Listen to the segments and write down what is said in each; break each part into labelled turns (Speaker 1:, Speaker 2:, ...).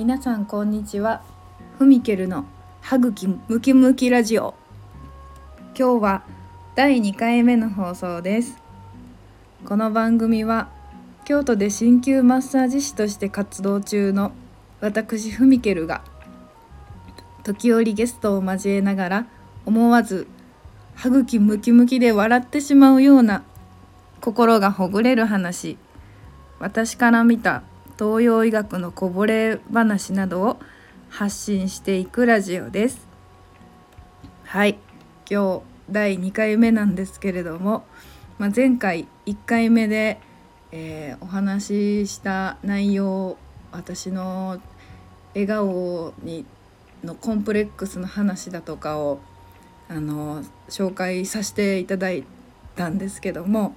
Speaker 1: 皆さんこんにちは。ふみけるの歯茎ムキムキラジオ。今日は第2回目の放送です。この番組は京都で鍼灸マッサージ師として活動中の私ふみけるが時折ゲストを交えながら思わず歯茎ムキムキで笑ってしまうような心がほぐれる話、私から見た東洋医学のこぼれ話などを発信していくラジオです。はい、今日第2回目なんですけれども、前回1回目で、お話しした内容、私の笑顔のコンプレックスの話だとかを紹介させていただいたんですけども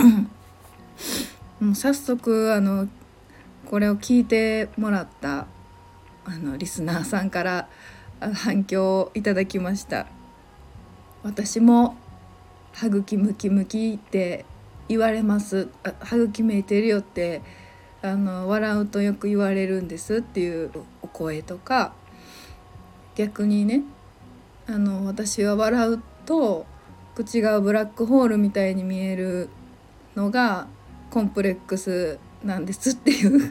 Speaker 1: もう早速これを聞いてもらったリスナーさんから反響をいただきました。私も歯茎ムキムキって言われます。歯茎見えてるよって笑うとよく言われるんですっていうお声とか、逆にね私は笑うと口がブラックホールみたいに見えるのがコンプレックスなんですっていう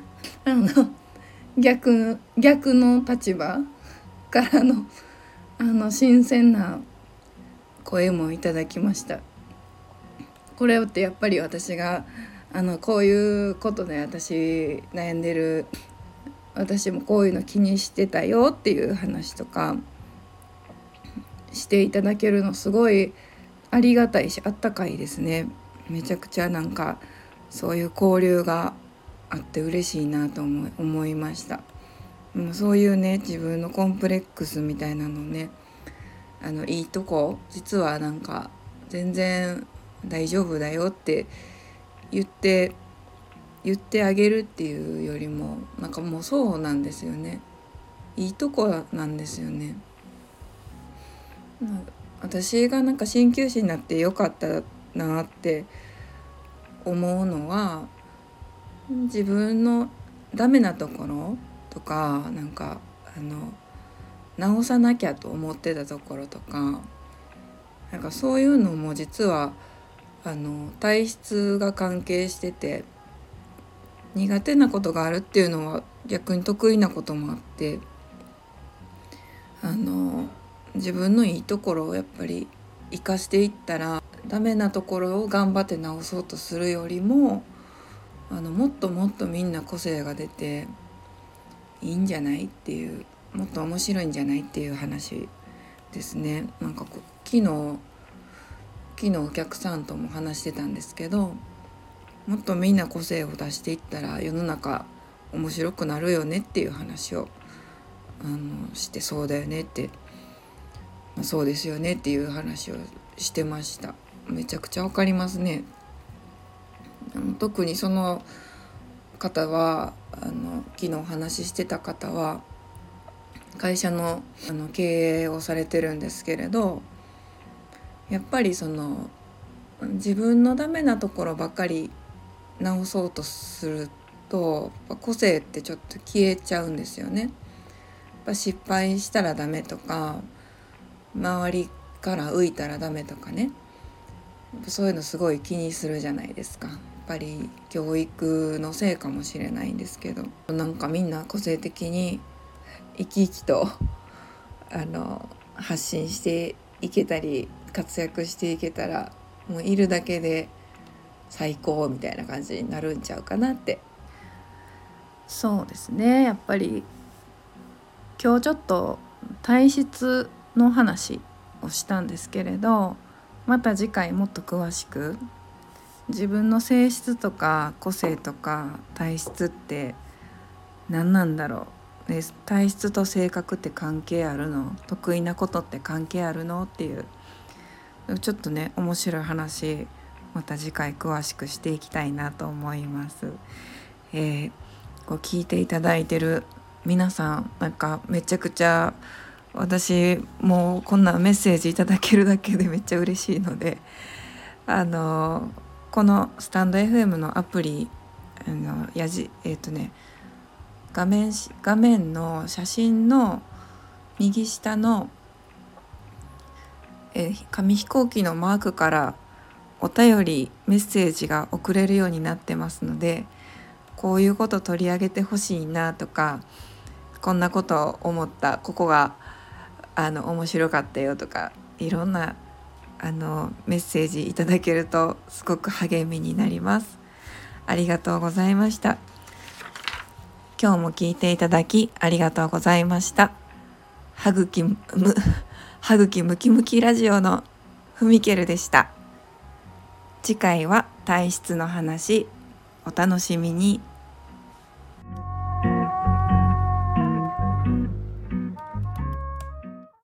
Speaker 1: 逆の立場からの新鮮な声もいただきました。これってやっぱり私がこういうことで私悩んでる、私もこういうの気にしてたよっていう話とかしていただけるのすごいありがたいし、あったかいですね。めちゃくちゃそういう交流があって嬉しいなと思いました。そういうね、自分のコンプレックスみたいなのね、いいとこ実は全然大丈夫だよって言ってあげるっていうよりももうそうなんですよね。いいとこなんですよね。私が鍼灸師になってよかったなって思うのは、自分のダメなところとか直さなきゃと思ってたところとかそういうのも実は体質が関係してて、苦手なことがあるっていうのは逆に得意なこともあって、自分のいいところをやっぱり生かしていったら、ダメなところを頑張って直そうとするよりももっともっとみんな個性が出ていいんじゃないっていう、もっと面白いんじゃないっていう話ですね。昨日お客さんとも話してたんですけど、もっとみんな個性を出していったら世の中面白くなるよねっていう話をして、そうだよねって、そうですよねっていう話をしてました。めちゃくちゃわかりますね。特にその方は昨日お話ししてた方は会社の経営をされてるんですけれど、やっぱり自分のダメなところばかり直そうとすると個性ってちょっと消えちゃうんですよね。失敗したらダメとか、周りから浮いたらダメとかね、そういうのすごい気にするじゃないですか。やっぱり教育のせいかもしれないんですけど、みんな個性的に生き生きと発信していけたり活躍していけたら、もういるだけで最高みたいな感じになるんちゃうかなって。そうですね、やっぱり今日ちょっと体質の話をしたんですけれど、また次回もっと詳しく自分の性質とか個性とか体質って何なんだろう、で体質と性格って関係あるの、得意なことって関係あるのっていうちょっとね面白い話、また次回詳しくしていきたいなと思います。こう聞いていただいてる皆さんめちゃくちゃ、私もうこんなメッセージいただけるだけでめっちゃ嬉しいので、このスタンド FM のアプリ画面の写真の右下の紙飛行機のマークからお便りメッセージが送れるようになってますので、こういうこと取り上げてほしいなとか、こんなことを思った、ここが面白かったよとか、いろんなメッセージいただけるとすごく励みになります。ありがとうございました。今日も聞いていただきありがとうございました。はぐきムキムキラジオのふみけるでした。次回は体質の話、お楽しみに。